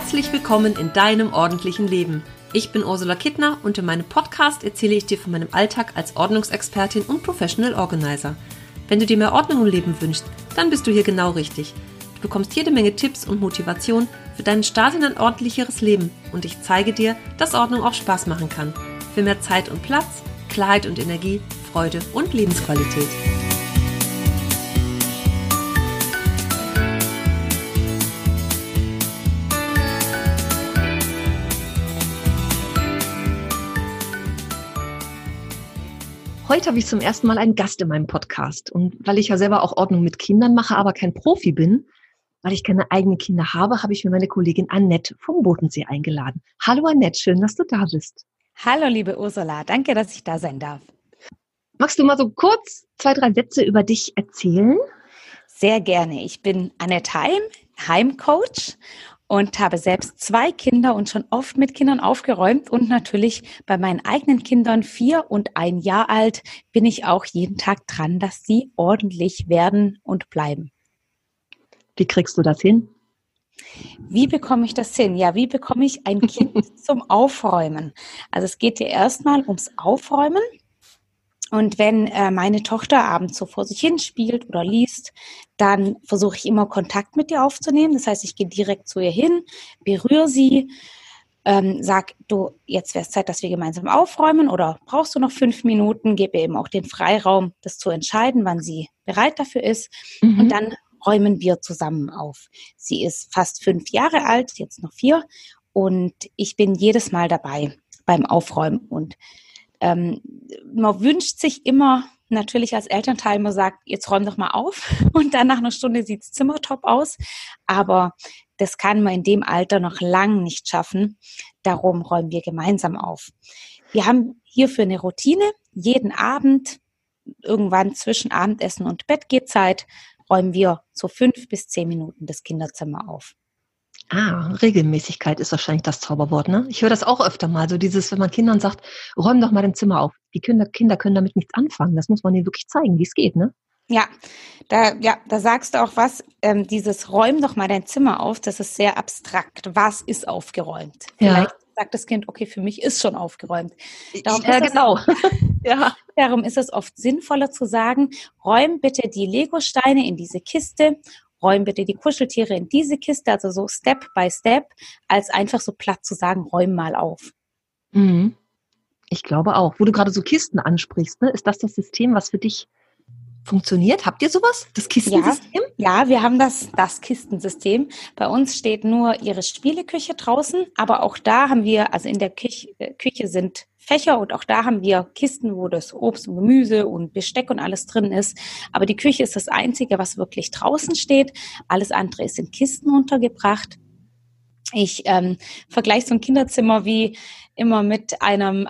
Herzlich willkommen in deinem ordentlichen Leben. Ich bin Ursula Kittner und in meinem Podcast erzähle ich dir von meinem Alltag als Ordnungsexpertin und Professional Organizer. Wenn du dir mehr Ordnung im Leben wünschst, dann bist du hier genau richtig. Du bekommst jede Menge Tipps und Motivation für deinen Start in ein ordentlicheres Leben und ich zeige dir, dass Ordnung auch Spaß machen kann. Für mehr Zeit und Platz, Klarheit und Energie, Freude und Lebensqualität. Heute habe ich zum ersten Mal einen Gast in meinem Podcast. Und weil ich ja selber auch Ordnung mit Kindern mache, aber kein Profi bin, weil ich keine eigenen Kinder habe, habe ich mir meine Kollegin Annette vom Bodensee eingeladen. Hallo Annette, schön, dass du da bist. Hallo liebe Ursula, danke, dass ich da sein darf. Magst du mal so kurz 2, 3 Sätze über dich erzählen? Sehr gerne. Ich bin Annette Heim, Heimcoach und habe selbst 2 Kinder und schon oft mit Kindern aufgeräumt. Und natürlich bei meinen eigenen Kindern, 4 und 1 Jahr alt, bin ich auch jeden Tag dran, dass sie ordentlich werden und bleiben. Wie kriegst du das hin? Wie bekomme ich das hin? Ja, wie bekomme ich ein Kind zum Aufräumen? Also es geht ja erstmal ums Aufräumen. Und wenn meine Tochter abends so vor sich hin spielt oder liest, dann versuche ich immer Kontakt mit ihr aufzunehmen. Das heißt, ich gehe direkt zu ihr hin, berühre sie, sag, du, jetzt wäre es Zeit, dass wir gemeinsam aufräumen oder brauchst du noch 5 Minuten? Gebe ihr eben auch den Freiraum, das zu entscheiden, wann sie bereit dafür ist. Und dann räumen wir zusammen auf. Sie ist fast 5 Jahre alt, jetzt noch 4 und ich bin jedes Mal dabei beim Aufräumen und man wünscht sich immer natürlich als Elternteil, man sagt, jetzt räum doch mal auf und dann nach einer Stunde sieht das Zimmer top aus, aber das kann man in dem Alter noch lang nicht schaffen, darum räumen wir gemeinsam auf. Wir haben hierfür eine Routine, jeden Abend, irgendwann zwischen Abendessen und Bettgehzeit, räumen wir so 5 bis 10 Minuten das Kinderzimmer auf. Regelmäßigkeit ist wahrscheinlich das Zauberwort, ne? Ich höre das auch öfter mal, so dieses, wenn man Kindern sagt, räum doch mal dein Zimmer auf. Die Kinder können damit nichts anfangen. Das muss man ihnen wirklich zeigen, wie es geht, ne? Ja, da sagst du auch was, dieses räum doch mal dein Zimmer auf, das ist sehr abstrakt. Was ist aufgeräumt? Vielleicht sagt das Kind, okay, für mich ist schon aufgeräumt. Genau. Ja. Darum ist es oft sinnvoller zu sagen, räum bitte die Legosteine in diese Kiste, räum bitte die Kuscheltiere in diese Kiste, also so Step by Step, als einfach so platt zu sagen, räum mal auf. Mhm. Ich glaube auch. Wo du gerade so Kisten ansprichst, ne, ist das System, was für dich funktioniert? Habt ihr sowas? Das Kistensystem? Ja, wir haben das Kistensystem. Bei uns steht nur ihre Spieleküche draußen, aber auch da haben wir, also in der Küche sind Fächer und auch da haben wir Kisten, wo das Obst und Gemüse und Besteck und alles drin ist. Aber die Küche ist das Einzige, was wirklich draußen steht. Alles andere ist in Kisten untergebracht. Ich vergleiche so ein Kinderzimmer wie immer mit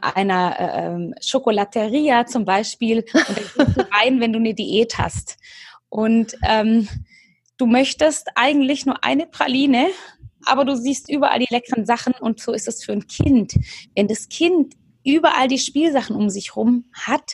einer Schokolateria zum Beispiel. Und da gehst du rein, wenn du eine Diät hast. Und du möchtest eigentlich nur eine Praline, aber du siehst überall die leckeren Sachen und so ist es für ein Kind. Wenn das Kind überall die Spielsachen um sich rum hat,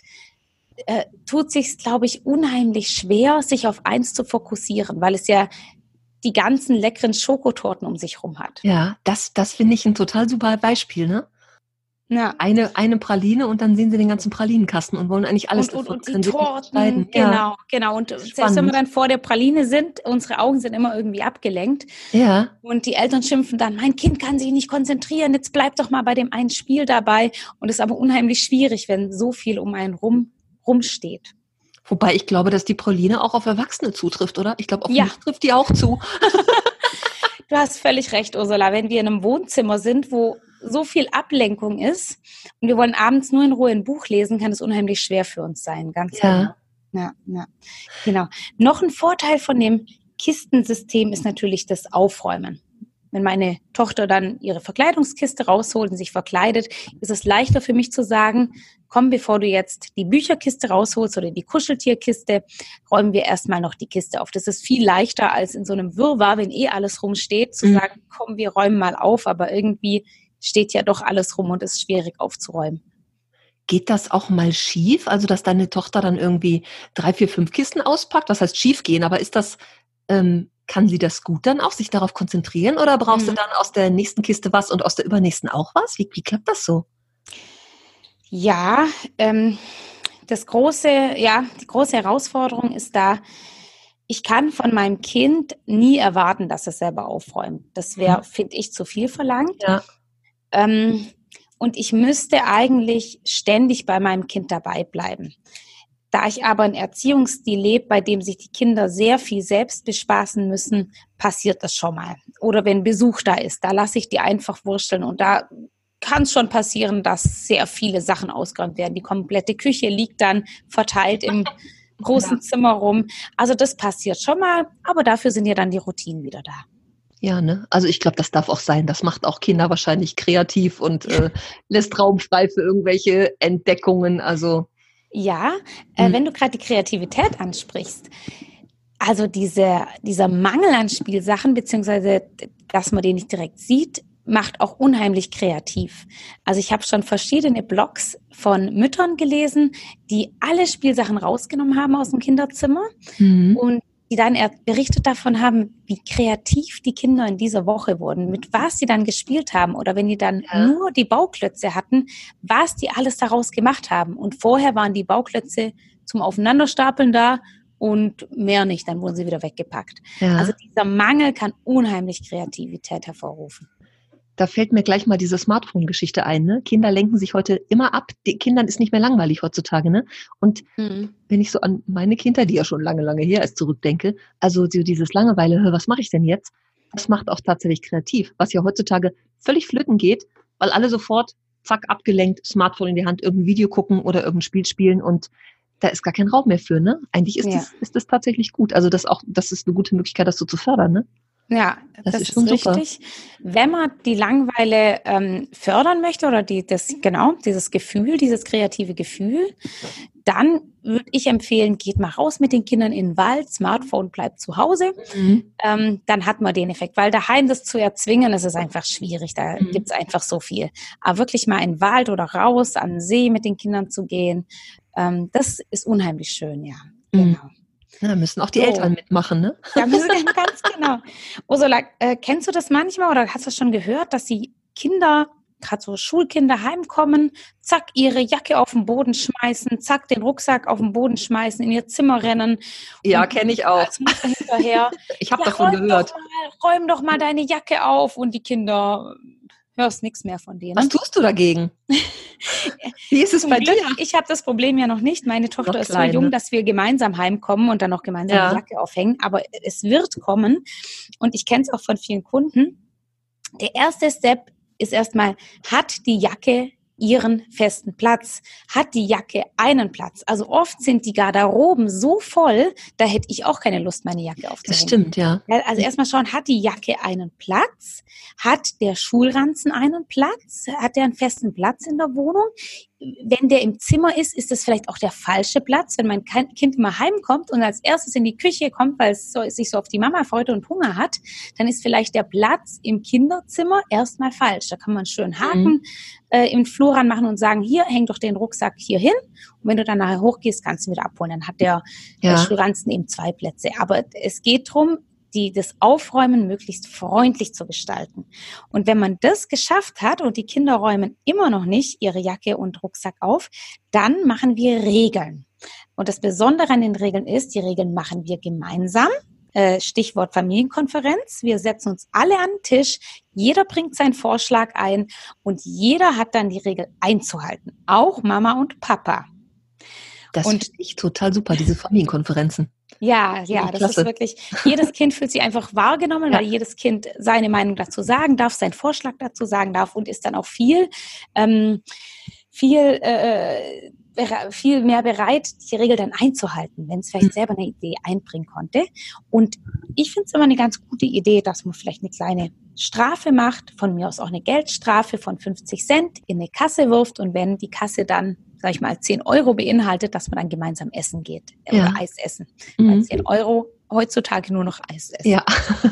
tut sich's, glaube ich, unheimlich schwer, sich auf eins zu fokussieren, weil es ja die ganzen leckeren Schokotorten um sich rum hat. Ja, das finde ich ein total super Beispiel, ne? Ja. Eine Praline und dann sehen sie den ganzen Pralinenkasten und wollen eigentlich alles davon. Und die Torten, genau. Und selbst wenn wir dann vor der Praline sind, unsere Augen sind immer irgendwie abgelenkt. Ja. Und die Eltern schimpfen dann, mein Kind kann sich nicht konzentrieren, jetzt bleib doch mal bei dem einen Spiel dabei. Und es ist aber unheimlich schwierig, wenn so viel um einen rumsteht. Wobei ich glaube, dass die Praline auch auf Erwachsene zutrifft, oder? Ich glaube, auf mich trifft die auch zu. Du hast völlig recht, Ursula. Wenn wir in einem Wohnzimmer sind, wo so viel Ablenkung ist und wir wollen abends nur in Ruhe ein Buch lesen, kann es unheimlich schwer für uns sein. Ganz genau. Ja, genau. Noch ein Vorteil von dem Kistensystem ist natürlich das Aufräumen. Wenn meine Tochter dann ihre Verkleidungskiste rausholt und sich verkleidet, ist es leichter für mich zu sagen, komm, bevor du jetzt die Bücherkiste rausholst oder die Kuscheltierkiste, räumen wir erstmal noch die Kiste auf. Das ist viel leichter als in so einem Wirrwarr, wenn alles rumsteht, zu sagen, komm, wir räumen mal auf, aber irgendwie steht ja doch alles rum und ist schwierig aufzuräumen. Geht das auch mal schief? Also, dass deine Tochter dann irgendwie 3, 4, 5 Kisten auspackt? Was heißt schief gehen? Aber ist das kann sie das gut dann auch, sich darauf konzentrieren? Oder brauchst du dann aus der nächsten Kiste was und aus der übernächsten auch was? Wie klappt das so? Ja, die große Herausforderung ist da, ich kann von meinem Kind nie erwarten, dass es selber aufräumt. Das wäre, finde ich, zu viel verlangt. Ja. Und ich müsste eigentlich ständig bei meinem Kind dabei bleiben. Da ich aber einen Erziehungsstil lebe, bei dem sich die Kinder sehr viel selbst bespaßen müssen, passiert das schon mal. Oder wenn Besuch da ist, da lasse ich die einfach wursteln und da kann es schon passieren, dass sehr viele Sachen ausgeräumt werden. Die komplette Küche liegt dann verteilt im großen Zimmer rum. Also das passiert schon mal, aber dafür sind ja dann die Routinen wieder da. Ja, ne? Also ich glaube, das darf auch sein. Das macht auch Kinder wahrscheinlich kreativ und lässt Raum frei für irgendwelche Entdeckungen. Also ja, wenn du gerade die Kreativität ansprichst, also dieser Mangel an Spielsachen, beziehungsweise dass man den nicht direkt sieht, macht auch unheimlich kreativ. Also ich habe schon verschiedene Blogs von Müttern gelesen, die alle Spielsachen rausgenommen haben aus dem Kinderzimmer und die dann berichtet davon haben, wie kreativ die Kinder in dieser Woche wurden, mit was sie dann gespielt haben oder wenn die dann nur die Bauklötze hatten, was die alles daraus gemacht haben. Und vorher waren die Bauklötze zum Aufeinanderstapeln da und mehr nicht, dann wurden sie wieder weggepackt. Ja. Also dieser Mangel kann unheimlich Kreativität hervorrufen. Da fällt mir gleich mal diese Smartphone-Geschichte ein, ne? Kinder lenken sich heute immer ab. Den Kindern ist nicht mehr langweilig heutzutage, ne? Und wenn ich so an meine Kinder, die ja schon lange, lange her ist, zurückdenke, also so dieses Langeweile, was mache ich denn jetzt? Das macht auch tatsächlich kreativ, was ja heutzutage völlig flöten geht, weil alle sofort, zack, abgelenkt, Smartphone in die Hand, irgendein Video gucken oder irgendein Spiel spielen und da ist gar kein Raum mehr für, ne? Eigentlich ist das tatsächlich gut. Also das ist eine gute Möglichkeit, das so zu fördern, ne? Ja, das ist schon richtig. Super. Wenn man die Langeweile fördern möchte oder dieses Gefühl, dieses kreative Gefühl, dann würde ich empfehlen, geht mal raus mit den Kindern in den Wald, Smartphone bleibt zu Hause, dann hat man den Effekt, weil daheim das zu erzwingen, das ist einfach schwierig, da gibt's einfach so viel. Aber wirklich mal in den Wald oder raus, an den See mit den Kindern zu gehen, das ist unheimlich schön, ja, genau. Ja, da müssen auch die Eltern mitmachen, ne? Ja, müssen ganz genau. Ursula, kennst du das manchmal oder hast du schon gehört, dass die Kinder, gerade so Schulkinder, heimkommen, zack, ihre Jacke auf den Boden schmeißen, zack, den Rucksack auf den Boden schmeißen, in ihr Zimmer rennen? Ja, kenne ich auch. Als Mutter hinterher. Ich habe davon gehört. Räum doch mal deine Jacke auf und die Kinder... hörst nichts mehr von denen. Was tust du dagegen? Wie ist es bei dir? Ich habe das Problem ja noch nicht. Meine Tochter ist so jung, dass wir gemeinsam heimkommen und dann noch gemeinsam die Jacke aufhängen. Aber es wird kommen. Und ich kenne es auch von vielen Kunden. Der erste Step ist erstmal, hat die Jacke ihren festen Platz? Hat die Jacke einen Platz? Also oft sind die Garderoben so voll, da hätte ich auch keine Lust, meine Jacke aufzuhängen. Das stimmt, ja. Also erstmal schauen, hat die Jacke einen Platz? Hat der Schulranzen einen Platz? Hat der einen festen Platz in der Wohnung? Wenn der im Zimmer ist, ist das vielleicht auch der falsche Platz. Wenn mein Kind mal heimkommt und als erstes in die Küche kommt, weil es sich so auf die Mama freut und Hunger hat, dann ist vielleicht der Platz im Kinderzimmer erstmal falsch. Da kann man schön Haken im Flur ranmachen und sagen, hier, häng doch den Rucksack hier hin. Und wenn du dann nachher hochgehst, kannst du ihn wieder abholen. Dann hat der Schulranzen eben 2 Plätze. Aber es geht darum, das Aufräumen möglichst freundlich zu gestalten. Und wenn man das geschafft hat und die Kinder räumen immer noch nicht ihre Jacke und Rucksack auf, dann machen wir Regeln. Und das Besondere an den Regeln ist, die Regeln machen wir gemeinsam. Stichwort Familienkonferenz. Wir setzen uns alle an den Tisch, jeder bringt seinen Vorschlag ein und jeder hat dann die Regel einzuhalten. Auch Mama und Papa. Das finde ich total super, diese Familienkonferenzen. Ja, das ist wirklich, jedes Kind fühlt sich einfach wahrgenommen, weil jedes Kind seine Meinung dazu sagen darf, seinen Vorschlag dazu sagen darf und ist dann auch viel mehr bereit, die Regel dann einzuhalten, wenn es vielleicht selber eine Idee einbringen konnte. Und ich finde es immer eine ganz gute Idee, dass man vielleicht eine kleine Strafe macht, von mir aus auch eine Geldstrafe von 50 Cent in eine Kasse wirft und wenn die Kasse dann, sag ich mal, 10 Euro beinhaltet, dass man dann gemeinsam essen geht oder Eis essen. Weil 10 Euro heutzutage nur noch Eis essen. Ja.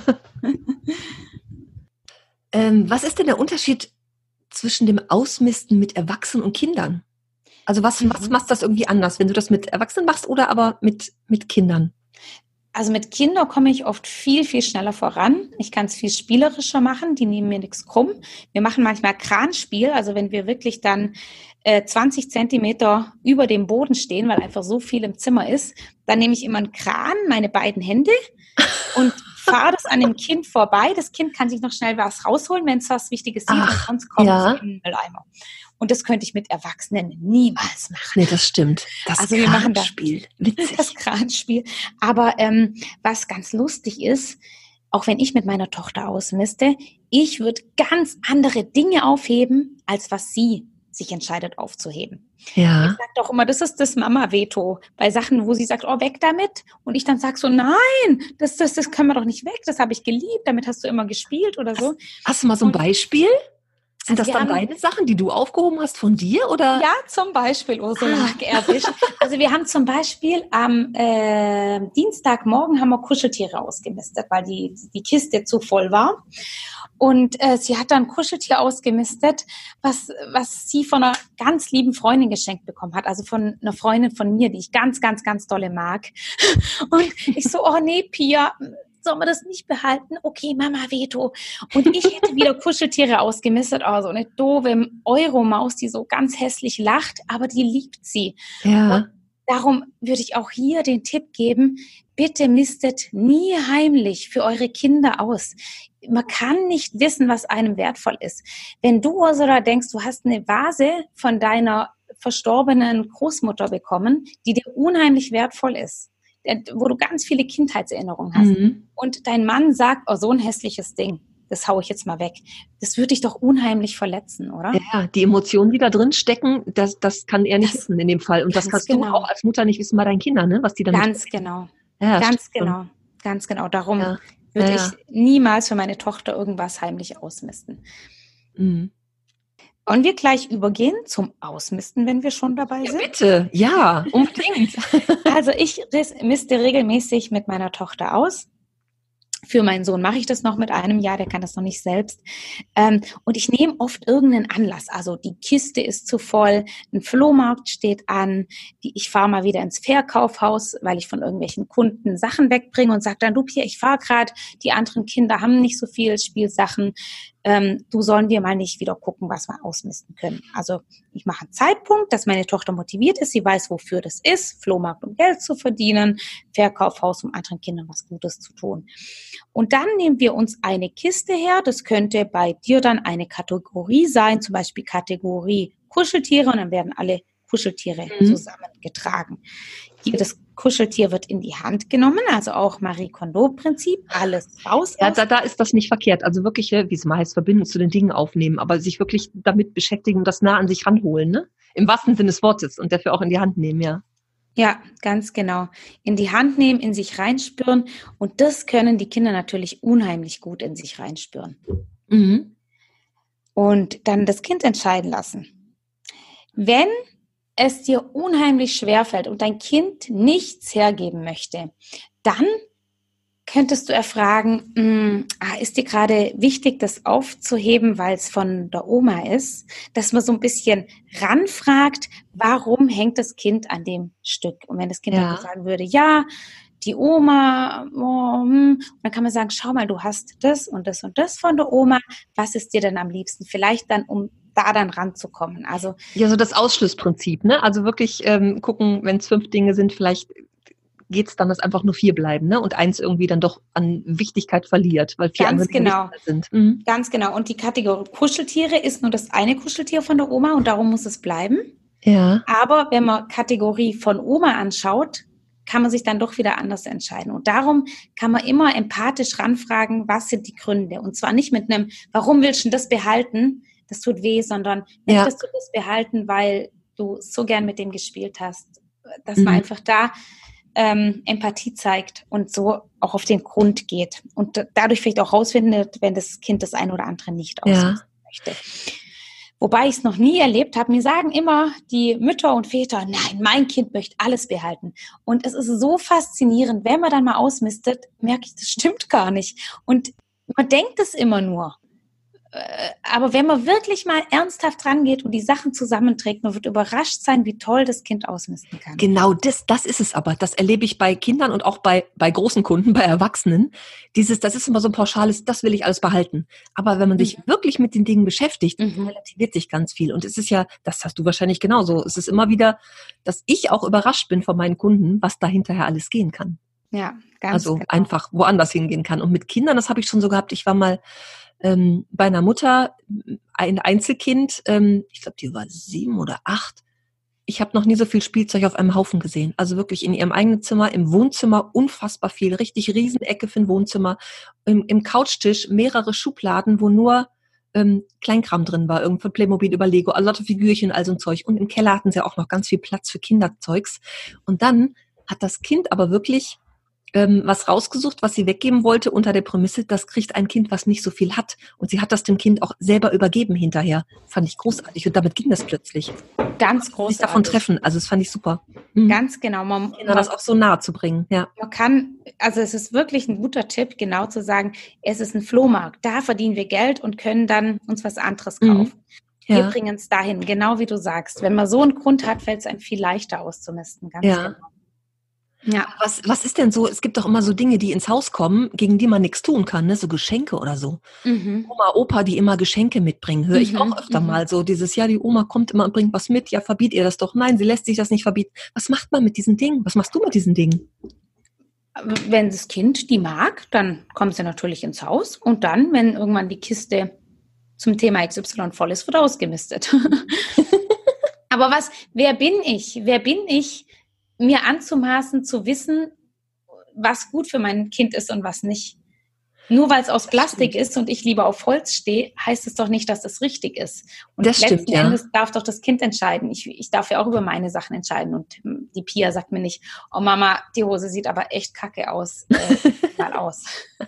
Was ist denn der Unterschied zwischen dem Ausmisten mit Erwachsenen und Kindern? Also was macht das irgendwie anders, wenn du das mit Erwachsenen machst oder aber mit Kindern? Also mit Kindern komme ich oft viel, viel schneller voran. Ich kann es viel spielerischer machen, die nehmen mir nichts krumm. Wir machen manchmal Kranspiel, also wenn wir wirklich dann 20 Zentimeter über dem Boden stehen, weil einfach so viel im Zimmer ist, dann nehme ich immer einen Kran, meine beiden Hände und fahre das an dem Kind vorbei. Das Kind kann sich noch schnell was rausholen, wenn es was Wichtiges sieht, und sonst kommt es in den Mülleimer. Und das könnte ich mit Erwachsenen niemals machen. Nee, das stimmt. Wir machen das Kranspiel. Aber was ganz lustig ist, auch wenn ich mit meiner Tochter ausmiste, ich würde ganz andere Dinge aufheben, als was sie sich entscheidet aufzuheben. Ja. Ich sage doch immer, das ist das Mama-Veto. Bei Sachen, wo sie sagt, oh, weg damit. Und ich dann sage so, nein, das können wir doch nicht weg. Das habe ich geliebt, damit hast du immer gespielt oder so. Hast du mal so ein Beispiel? Sind das dann deine Sachen, die du aufgehoben hast von dir, oder? Ja, zum Beispiel, Ursula, erwischt. Also wir haben zum Beispiel am Dienstagmorgen haben wir Kuscheltiere ausgemistet, weil die Kiste zu voll war. Und sie hat dann ein Kuscheltier ausgemistet, was sie von einer ganz lieben Freundin geschenkt bekommen hat. Also von einer Freundin von mir, die ich ganz, ganz, ganz dolle mag. Und ich so, oh nee, Pia, sollen wir das nicht behalten? Okay, Mama, Veto. Und ich hätte wieder Kuscheltiere ausgemistet, so eine doofe Euromaus, die so ganz hässlich lacht, aber die liebt sie. Ja. Und darum würde ich auch hier den Tipp geben, bitte mistet nie heimlich für eure Kinder aus. Man kann nicht wissen, was einem wertvoll ist. Wenn du, Ursula, denkst, du hast eine Vase von deiner verstorbenen Großmutter bekommen, die dir unheimlich wertvoll ist, wo du ganz viele Kindheitserinnerungen hast. Und dein Mann sagt, oh, so ein hässliches Ding, das hau ich jetzt mal weg. Das würde dich doch unheimlich verletzen, oder? Ja, die Emotionen, die da drin stecken, das kann er nicht wissen in dem Fall. Und das kannst du auch als Mutter nicht wissen bei deinen Kindern, ne? Was die damit Ganz genau. Ja, Ganz genau. Darum würde ich niemals für meine Tochter irgendwas heimlich ausmisten. Wollen wir gleich übergehen zum Ausmisten, wenn wir schon dabei sind? Bitte, ja, unbedingt. Also ich miste regelmäßig mit meiner Tochter aus. Für meinen Sohn mache ich das noch mit 1 Jahr, der kann das noch nicht selbst. Und ich nehme oft irgendeinen Anlass. Also die Kiste ist zu voll, ein Flohmarkt steht an, ich fahre mal wieder ins Verkaufshaus, weil ich von irgendwelchen Kunden Sachen wegbringe und sage dann, du Pia, ich fahre gerade, die anderen Kinder haben nicht so viel Spielsachen. Sollen wir mal nicht wieder gucken, was wir ausmisten können. Also ich mache einen Zeitpunkt, dass meine Tochter motiviert ist, sie weiß, wofür das ist, Flohmarkt, um Geld zu verdienen, Verkaufshaus, um anderen Kindern was Gutes zu tun. Und dann nehmen wir uns eine Kiste her, das könnte bei dir dann eine Kategorie sein, zum Beispiel Kategorie Kuscheltiere, und dann werden alle Kuscheltiere zusammengetragen. Jedes Kuscheltier wird in die Hand genommen, also auch Marie Kondo-Prinzip, alles raus. Ja, da ist das nicht verkehrt. Also wirklich, wie es mal heißt, Verbindung zu den Dingen aufnehmen, aber sich wirklich damit beschäftigen und das nah an sich ranholen, ne? Im wahrsten Sinne des Wortes, und dafür auch in die Hand nehmen, ja. Ja, ganz genau. In die Hand nehmen, in sich reinspüren, und das können die Kinder natürlich unheimlich gut in sich reinspüren. Und dann das Kind entscheiden lassen. Wenn es dir unheimlich schwerfällt und dein Kind nichts hergeben möchte, dann könntest du erfragen, ist dir gerade wichtig, das aufzuheben, weil es von der Oma ist, dass man so ein bisschen ranfragt, warum hängt das Kind an dem Stück? Und wenn das Kind dann sagen würde, ja, die Oma, dann kann man sagen, schau mal, du hast das und das und das von der Oma, was ist dir denn am liebsten? Vielleicht dann, um da dann ranzukommen. Also ja, so das Ausschlussprinzip, ne? Also wirklich gucken, wenn es 5 Dinge sind, vielleicht geht es dann, dass einfach nur 4 bleiben, ne? Und eins irgendwie dann doch an Wichtigkeit verliert, weil 4 andere wichtiger sind. Ganz genau. Und die Kategorie Kuscheltiere ist nur das eine Kuscheltier von der Oma, und darum muss es bleiben. Ja. Aber wenn man Kategorie von Oma anschaut, kann man sich dann doch wieder anders entscheiden. Und darum kann man immer empathisch ranfragen, was sind die Gründe? Und zwar nicht mit einem, warum willst du das behalten? Das tut weh, sondern möchtest du das behalten, weil du so gern mit dem gespielt hast, dass man einfach da Empathie zeigt und so auch auf den Grund geht und dadurch vielleicht auch rausfindet, wenn das Kind das eine oder andere nicht ausmisten möchte. Wobei ich es noch nie erlebt habe, mir sagen immer die Mütter und Väter, nein, mein Kind möchte alles behalten. Und es ist so faszinierend, wenn man dann mal ausmistet, merke ich, das stimmt gar nicht. Und man denkt es immer nur. aber wenn man wirklich mal ernsthaft rangeht und die Sachen zusammenträgt, man wird überrascht sein, wie toll das Kind ausmisten kann. Genau, das ist es aber. Das erlebe ich bei Kindern und auch bei großen Kunden, bei Erwachsenen. Das ist immer so ein pauschales, das will ich alles behalten. Aber wenn man sich wirklich mit den Dingen beschäftigt, relativiert sich ganz viel. Und es ist ja, das hast du wahrscheinlich genauso, es ist immer wieder, dass ich auch überrascht bin von meinen Kunden, was da hinterher alles gehen kann. Ja, ganz Also genau. einfach woanders hingehen kann. Und mit Kindern, das habe ich schon so gehabt, ich war mal bei einer Mutter, ein Einzelkind, ich glaube, die war 7 oder 8. Ich habe noch nie so viel Spielzeug auf einem Haufen gesehen. Also wirklich in ihrem eigenen Zimmer, im Wohnzimmer unfassbar viel, richtig Riesenecke für ein Wohnzimmer. Im Couchtisch mehrere Schubladen, wo nur Kleinkram drin war, irgendwo Playmobil über Lego, also lauter Figürchen, all so ein Zeug. Und im Keller hatten sie auch noch ganz viel Platz für Kinderzeugs. Und dann hat das Kind aber wirklich was rausgesucht, was sie weggeben wollte, unter der Prämisse, das kriegt ein Kind, was nicht so viel hat. Und sie hat das dem Kind auch selber übergeben hinterher. Fand ich großartig. Und damit ging das plötzlich. Ganz großartig. Sich davon treffen. Also das fand ich super. Ganz genau. Kinder das auch so nahe zu bringen. Ja. Man kann, also es ist wirklich ein guter Tipp, genau zu sagen, es ist ein Flohmarkt. Da verdienen wir Geld und können dann uns was anderes kaufen. Ja. Wir bringen es dahin, genau wie du sagst. Wenn man so einen Grund hat, fällt es einem viel leichter auszumisten. Ganz genau. Ja. Was ist denn so, es gibt doch immer so Dinge, die ins Haus kommen, gegen die man nichts tun kann, ne? So Geschenke oder so. Oma, Opa, die immer Geschenke mitbringen, höre ich auch öfter mal so dieses, ja, die Oma kommt immer und bringt was mit, ja, verbiet ihr das doch. Nein, sie lässt sich das nicht verbieten. Was macht man mit diesen Dingen? Was machst du mit diesen Dingen? Wenn das Kind die mag, dann kommt sie natürlich ins Haus und dann, wenn irgendwann die Kiste zum Thema XY voll ist, wird ausgemistet. Aber wer bin ich? Wer bin ich, mir anzumaßen, zu wissen, was gut für mein Kind ist und was nicht. Nur weil es aus Plastik ist und ich lieber auf Holz stehe, heißt es doch nicht, dass das richtig ist. Und das letzten stimmt, Endes darf doch das Kind entscheiden. Ich darf ja auch über meine Sachen entscheiden. Und die Pia sagt mir nicht, oh Mama, die Hose sieht aber echt kacke aus. Mal aus.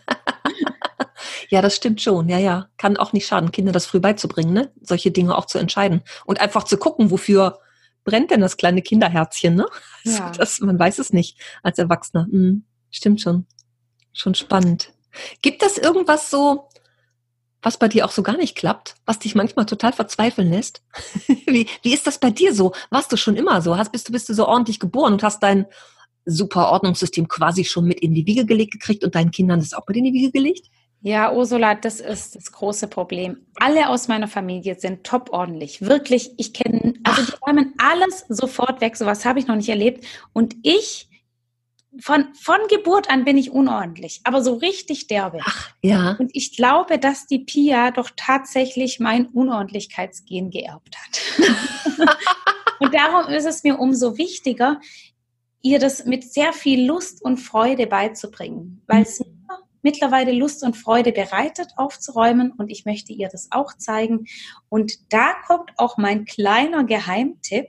Ja, das stimmt schon. Ja. Kann auch nicht schaden, Kindern das früh beizubringen, ne? Solche Dinge auch zu entscheiden. Und einfach zu gucken, wofür brennt denn das kleine Kinderherzchen, ne? Ja. Man weiß es nicht als Erwachsener. Stimmt schon. Schon spannend. Gibt es irgendwas so, was bei dir auch so gar nicht klappt, was dich manchmal total verzweifeln lässt? Wie ist das bei dir so? Warst du schon immer so? Bist du so ordentlich geboren und hast dein super Ordnungssystem quasi schon mit in die Wiege gelegt gekriegt und deinen Kindern das auch mit in die Wiege gelegt? Ja, Ursula, das ist das große Problem. Alle aus meiner Familie sind top ordentlich. Wirklich, die räumen alles sofort weg. Sowas habe ich noch nicht erlebt. Und ich, von Geburt an bin ich unordentlich, aber so richtig derbe. Ach, ja. Und ich glaube, dass die Pia doch tatsächlich mein Unordentlichkeitsgen geerbt hat. Und darum ist es mir umso wichtiger, ihr das mit sehr viel Lust und Freude beizubringen, weil es mir mittlerweile Lust und Freude bereitet, aufzuräumen, und ich möchte ihr das auch zeigen. Und da kommt auch mein kleiner Geheimtipp.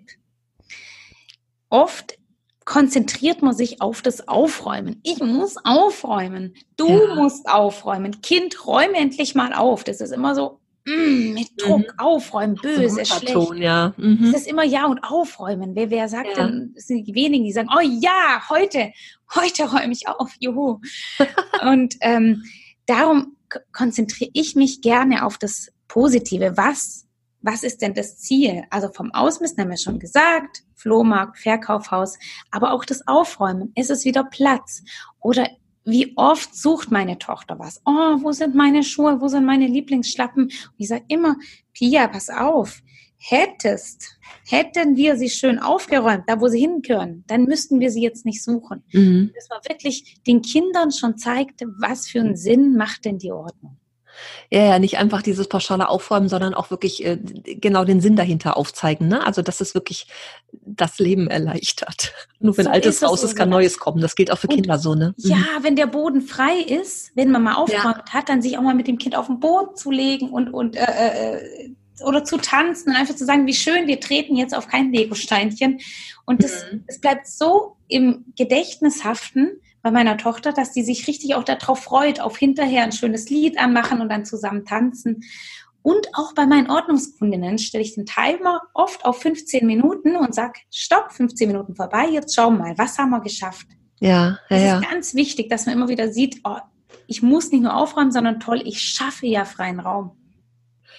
Oft konzentriert man sich auf das Aufräumen. Ich muss aufräumen. Du musst aufräumen. Kind, räume endlich mal auf. Das ist immer so mit Druck, aufräumen, böse, schlecht. Ja. Das ist immer ja und aufräumen. Wer sagt denn, es sind die wenigen, die sagen, oh ja, heute räume ich auf, juhu. Und darum konzentriere ich mich gerne auf das Positive. Was ist denn das Ziel? Also vom Ausmisten haben wir schon gesagt, Flohmarkt, Verkaufshaus, aber auch das Aufräumen. Ist es wieder Platz? Oder wie oft sucht meine Tochter was? Oh, wo sind meine Schuhe? Wo sind meine Lieblingsschlappen? Und ich sage immer, Pia, pass auf. Hätten wir sie schön aufgeräumt, da wo sie hingehören, dann müssten wir sie jetzt nicht suchen. Dass man wirklich den Kindern schon zeigt, was für einen Sinn macht denn die Ordnung. Ja, nicht einfach dieses pauschale Aufräumen, sondern auch wirklich genau den Sinn dahinter aufzeigen. Ne? Also, dass es wirklich das Leben erleichtert. Nur wenn So Altes ist es, raus ist, kann Neues kommen. Das gilt auch für Kinder so, ne? Ja, wenn der Boden frei ist, wenn man mal aufgeräumt hat, dann sich auch mal mit dem Kind auf den Boden zu legen und oder zu tanzen und einfach zu sagen, wie schön, wir treten jetzt auf kein Lego-Steinchen. Und es bleibt so im Gedächtnis haften bei meiner Tochter, dass die sich richtig auch darauf freut, auf hinterher ein schönes Lied anmachen und dann zusammen tanzen. Und auch bei meinen Ordnungskundinnen stelle ich den Timer oft auf 15 Minuten und sage, stopp, 15 Minuten vorbei, jetzt schauen wir mal, was haben wir geschafft? Das ist ganz wichtig, dass man immer wieder sieht, oh, ich muss nicht nur aufräumen, sondern toll, ich schaffe ja freien Raum.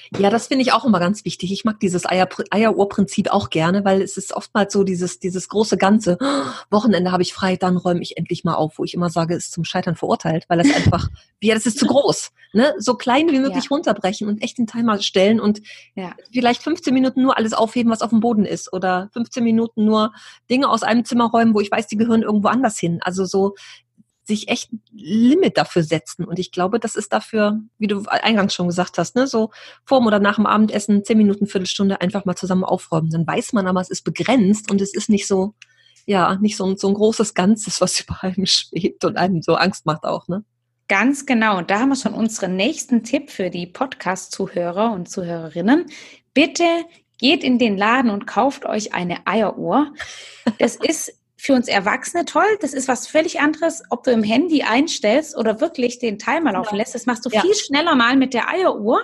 Ja, das finde ich auch immer ganz wichtig. Ich mag dieses Eieruhr-Prinzip auch gerne, weil es ist oftmals so dieses große Ganze. Wochenende habe ich frei, dann räume ich endlich mal auf, wo ich immer sage, ist zum Scheitern verurteilt, weil das einfach, ja, das ist zu groß. Ne? So klein wie möglich runterbrechen und echt den Timer stellen und vielleicht 15 Minuten nur alles aufheben, was auf dem Boden ist oder 15 Minuten nur Dinge aus einem Zimmer räumen, wo ich weiß, die gehören irgendwo anders hin. Also so sich echt ein Limit dafür setzen. Und ich glaube, das ist dafür, wie du eingangs schon gesagt hast, ne, so vorm oder nach dem Abendessen 10 Minuten, Viertelstunde einfach mal zusammen aufräumen. Dann weiß man aber, es ist begrenzt und es ist nicht so, nicht so ein großes Ganzes, was über einem schwebt und einem so Angst macht auch, ne? Ganz genau. Und da haben wir schon unseren nächsten Tipp für die Podcast-Zuhörer und Zuhörerinnen. Bitte geht in den Laden und kauft euch eine Eieruhr. Das ist für uns Erwachsene toll. Das ist was völlig anderes, ob du im Handy einstellst oder wirklich den Timer laufen lässt. Das machst du viel schneller mal mit der Eieruhr,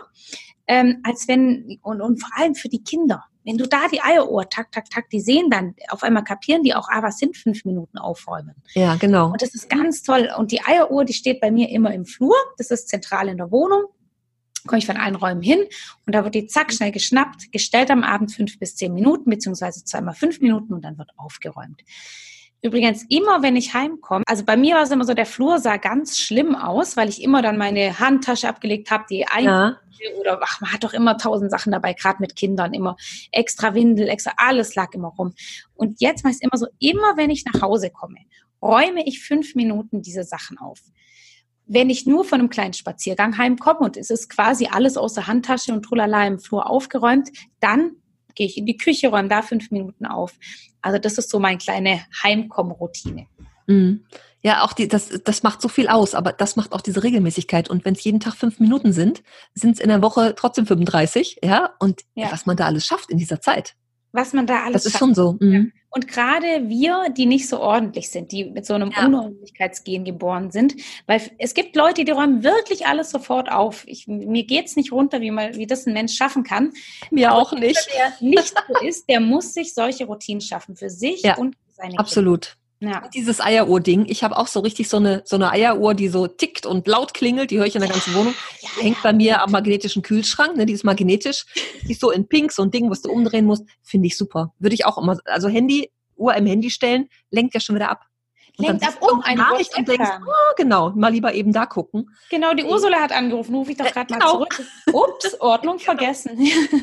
als wenn, und vor allem für die Kinder. Wenn du da die Eieruhr, tak, tak, tak, die sehen dann, auf einmal kapieren die auch, was sind 5 Minuten aufräumen. Ja, genau. Und das ist ganz toll. Und die Eieruhr, die steht bei mir immer im Flur. Das ist zentral in der Wohnung. Komme ich von allen Räumen hin und da wird die zack schnell geschnappt, gestellt am Abend 5 bis 10 Minuten, beziehungsweise zweimal 5 Minuten und dann wird aufgeräumt. Übrigens, immer wenn ich heimkomme, also bei mir war es immer so, der Flur sah ganz schlimm aus, weil ich immer dann meine Handtasche abgelegt habe, die oder man hat doch immer 1000 Sachen dabei, gerade mit Kindern, immer extra Windel, extra, alles lag immer rum. Und jetzt mache ich es immer so, immer wenn ich nach Hause komme, räume ich 5 Minuten diese Sachen auf. Wenn ich nur von einem kleinen Spaziergang heimkomme und es ist quasi alles aus der Handtasche und trulala im Flur aufgeräumt, dann gehe ich in die Küche, räume da 5 Minuten auf. Also das ist so meine kleine Heimkomm-Routine. Mhm. Ja, auch das macht so viel aus, aber das macht auch diese Regelmäßigkeit. Und wenn es jeden Tag 5 Minuten sind es in der Woche trotzdem 35, ja? Und was man da alles schafft in dieser Zeit. Was man da alles schafft. Das ist schon so. Mhm. Und gerade wir, die nicht so ordentlich sind, die mit so einem Unordentlichkeitsgen geboren sind, weil es gibt Leute, die räumen wirklich alles sofort auf. Mir geht's nicht runter, wie das ein Mensch schaffen kann. Mir aber auch nicht. Der nicht so ist, der muss sich solche Routinen schaffen für sich und für seine Kinder. Absolut. Ja. Dieses Eieruhr-Ding, ich habe auch so richtig so eine Eieruhr, die so tickt und laut klingelt, die höre ich in der ganzen Wohnung. Die hängt bei mir am magnetischen Kühlschrank, ne, die ist magnetisch, die ist so in pink, so ein Ding, was du umdrehen musst, finde ich super. Würde ich auch immer, also Uhr im Handy stellen, lenkt ja schon wieder ab. Und lenkt ab, eine Nachricht und denkst, genau, mal lieber eben da gucken. Genau, die Ursula hat angerufen, rufe ich doch gerade mal zurück. Ups, Ordnung vergessen.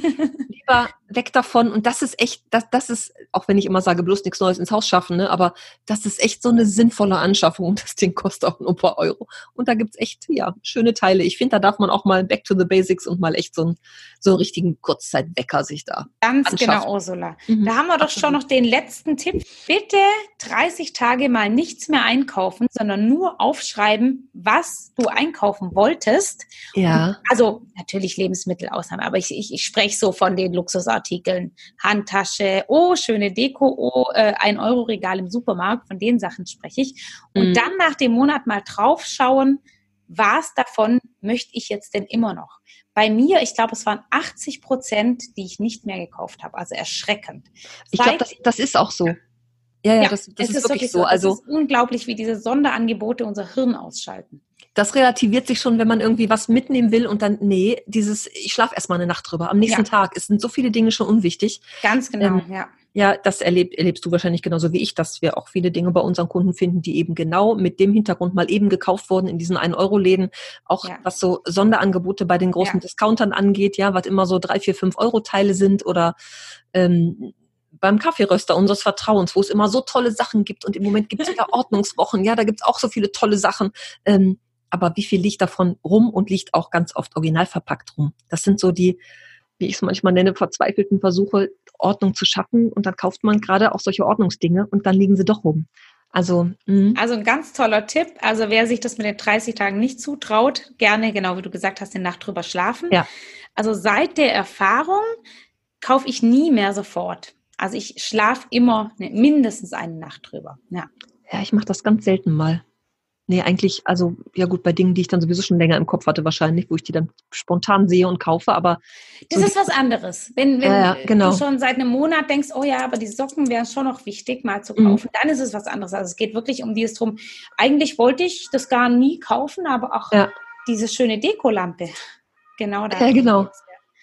Lieber weg davon und das ist echt, das ist, auch wenn ich immer sage, bloß nichts Neues ins Haus schaffen, ne, aber das ist echt so eine sinnvolle Anschaffung und das Ding kostet auch nur ein paar Euro. Und da gibt's echt, schöne Teile. Ich finde, da darf man auch mal back to the basics und mal echt so einen richtigen Kurzzeitwecker sich da Ganz anschaffen. Genau, Ursula. Da haben wir doch schon noch den letzten Tipp. Bitte 30 Tage mal nichts mehr einkaufen, sondern nur aufschreiben, was du einkaufen wolltest. Ja. Und, also natürlich Lebensmittelausnahme, aber ich spreche so von den Luxusartikeln. Handtasche, schöne Deko, 1-Euro-Regal im Supermarkt, von den Sachen spreche ich. Und dann nach dem Monat mal draufschauen, was davon möchte ich jetzt denn immer noch? Bei mir, ich glaube, es waren 80%, die ich nicht mehr gekauft habe. Also erschreckend. Ich glaube, das ist auch so. Ja, das ist wirklich so. Also es ist unglaublich, wie diese Sonderangebote unser Hirn ausschalten. Das relativiert sich schon, wenn man irgendwie was mitnehmen will und dann, ich schlafe erstmal eine Nacht drüber. Am nächsten Tag, es sind so viele Dinge schon unwichtig. Ganz genau, Ja, das erlebst du wahrscheinlich genauso wie ich, dass wir auch viele Dinge bei unseren Kunden finden, die eben genau mit dem Hintergrund mal eben gekauft wurden in diesen 1-Euro-Läden. Auch was so Sonderangebote bei den großen Discountern angeht, was immer so 3, 4, 5-Euro-Teile sind oder beim Kaffeeröster unseres Vertrauens, wo es immer so tolle Sachen gibt und im Moment gibt es wieder Ordnungswochen, da gibt es auch so viele tolle Sachen. Aber wie viel liegt davon rum und liegt auch ganz oft original verpackt rum? Das sind so die, wie ich es manchmal nenne, verzweifelten Versuche, Ordnung zu schaffen und dann kauft man gerade auch solche Ordnungsdinge und dann liegen sie doch rum. Also ein ganz toller Tipp. Also wer sich das mit den 30 Tagen nicht zutraut, gerne, genau wie du gesagt hast, eine Nacht drüber schlafen. Ja. Also seit der Erfahrung kaufe ich nie mehr sofort. Also ich schlafe immer mindestens eine Nacht drüber. Ja, ich mache das ganz selten mal. Nee, eigentlich, also ja gut, bei Dingen, die ich dann sowieso schon länger im Kopf hatte wahrscheinlich, wo ich die dann spontan sehe und kaufe, aber... Das ist was anderes. Wenn genau. du schon seit einem Monat denkst, aber die Socken wären schon noch wichtig, mal zu kaufen, dann ist es was anderes. Also es geht wirklich um dieses drum, eigentlich wollte ich das gar nie kaufen, aber auch diese schöne Dekolampe. Genau da. Ja, genau.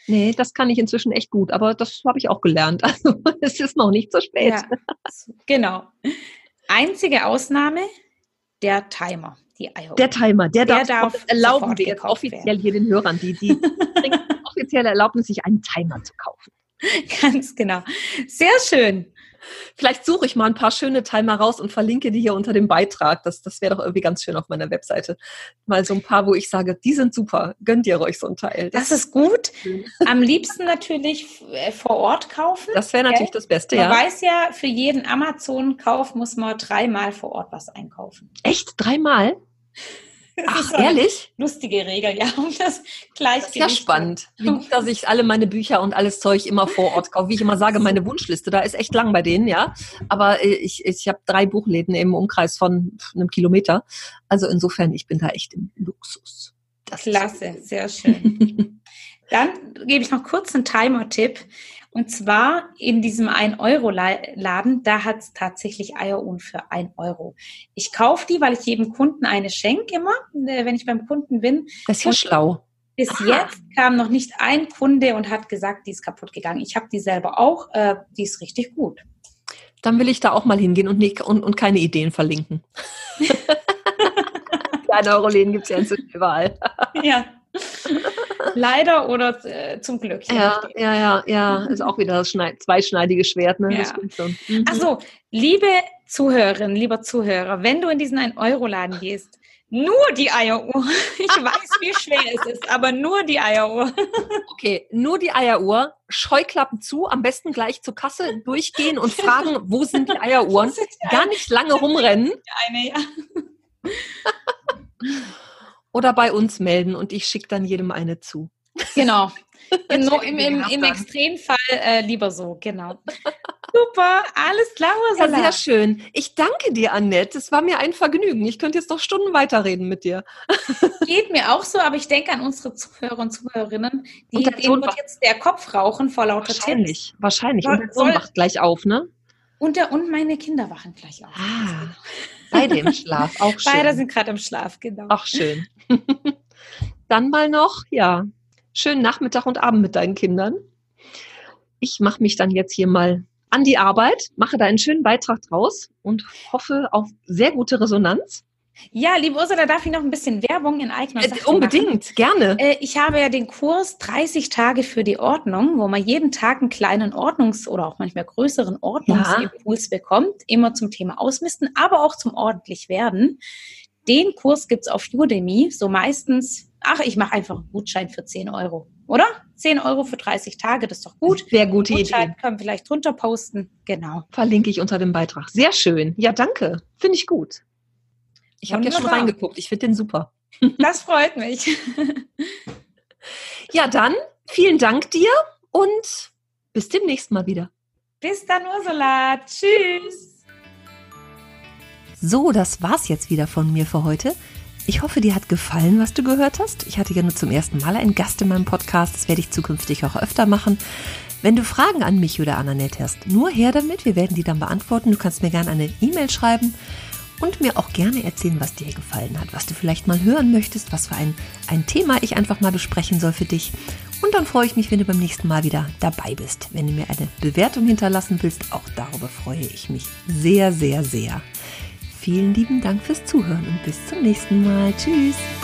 Nee, das kann ich inzwischen echt gut, aber das habe ich auch gelernt. Also es ist noch nicht so spät. Ja, genau. Einzige Ausnahme, der Timer, die Eieruhr. Der Timer, der darf, darf erlauben sofort wir jetzt gekauft offiziell werden. hier den Hörern, die kriegen offizielle Erlaubnis, sich einen Timer zu kaufen. Ganz genau. Sehr schön. Vielleicht suche ich mal ein paar schöne Timer raus und verlinke die hier unter dem Beitrag. Das wäre doch irgendwie ganz schön auf meiner Webseite. Mal so ein paar, wo ich sage, die sind super. Gönnt ihr euch so ein Teil. Das ist gut. Am liebsten natürlich vor Ort kaufen. Das wäre natürlich das Beste, Man ja. weiß ja, für jeden Amazon-Kauf muss man 3-mal vor Ort was einkaufen. Echt? 3-mal? Ach, ehrlich? Lustige Regel, ja, um das Gleichgewicht. Das ist ja spannend, wie gut, dass ich alle meine Bücher und alles Zeug immer vor Ort kaufe. Wie ich immer sage, meine Wunschliste, da ist echt lang bei denen, ja. Aber ich habe 3 Buchläden im Umkreis von einem Kilometer. Also insofern, ich bin da echt im Luxus. Klasse, sehr schön. Dann gebe ich noch kurz einen Timer-Tipp. Und zwar in diesem 1-Euro-Laden, da hat es tatsächlich Eieruhren für 1 Euro. Ich kaufe die, weil ich jedem Kunden eine schenke immer, wenn ich beim Kunden bin. Das ist ja schlau. Bis jetzt kam noch nicht ein Kunde und hat gesagt, die ist kaputt gegangen. Ich habe die selber auch, die ist richtig gut. Dann will ich da auch mal hingehen und keine Ideen verlinken. 1-Euro-Läden gibt es ja inzwischen überall. Ja. Leider oder zum Glück. Ja. Ist auch wieder das zweischneidige Schwert, ne? Ja. Das stimmt schon. Achso, liebe Zuhörerin, lieber Zuhörer, wenn du in diesen 1-Euro-Laden gehst, nur die Eieruhr. Ich weiß, wie schwer es ist, aber nur die Eieruhr. Okay, nur die Eieruhr, Scheuklappen zu, am besten gleich zur Kasse durchgehen und fragen, wo sind die Eieruhren? Gar nicht lange rumrennen. Eine, ja. Oder bei uns melden und ich schicke dann jedem eine zu. Genau. Im Extremfall lieber so, genau. Super, alles klar, Ursula. Ja, sehr schön. Ich danke dir, Annette. Es war mir ein Vergnügen. Ich könnte jetzt noch Stunden weiterreden mit dir. Geht mir auch so, aber ich denke an unsere Zuhörer und Zuhörerinnen, denen wird jetzt der Kopf rauchen vor lauter Tipps. Wahrscheinlich. Und der Sohn wacht gleich auf, ne? Und meine Kinder wachen gleich auf. Beide im Schlaf, auch schön. Beide sind gerade im Schlaf, genau. Auch schön. Dann mal noch, schönen Nachmittag und Abend mit deinen Kindern. Ich mache mich dann jetzt hier mal an die Arbeit, mache da einen schönen Beitrag draus und hoffe auf sehr gute Resonanz. Ja, liebe Ursula, darf ich noch ein bisschen Werbung in eigener Sache unbedingt, machen? Gerne. Ich habe ja den Kurs 30 Tage für die Ordnung, wo man jeden Tag einen kleinen oder auch manchmal größeren Ordnungsimpuls bekommt, immer zum Thema Ausmisten, aber auch zum ordentlich werden. Den Kurs gibt's auf Udemy, so meistens, ich mache einfach einen Gutschein für 10 Euro, oder? 10 Euro für 30 Tage, das ist doch gut. Sehr gute Gutschein Idee. können wir vielleicht drunter posten, genau. Verlinke ich unter dem Beitrag. Sehr schön. Ja, danke. Finde ich gut. Ich habe ja schon reingeguckt. Ich finde den super. Das freut mich. Ja, dann vielen Dank dir und bis demnächst mal wieder. Bis dann, Ursula. Tschüss. So, das war's jetzt wieder von mir für heute. Ich hoffe, dir hat gefallen, was du gehört hast. Ich hatte ja nur zum ersten Mal einen Gast in meinem Podcast. Das werde ich zukünftig auch öfter machen. Wenn du Fragen an mich oder an Annette hast, nur her damit. Wir werden die dann beantworten. Du kannst mir gerne eine E-Mail schreiben und mir auch gerne erzählen, was dir gefallen hat, was du vielleicht mal hören möchtest, was für ein Thema ich einfach mal besprechen soll für dich. Und dann freue ich mich, wenn du beim nächsten Mal wieder dabei bist. Wenn du mir eine Bewertung hinterlassen willst, auch darüber freue ich mich sehr, sehr, sehr. Vielen lieben Dank fürs Zuhören und bis zum nächsten Mal. Tschüss!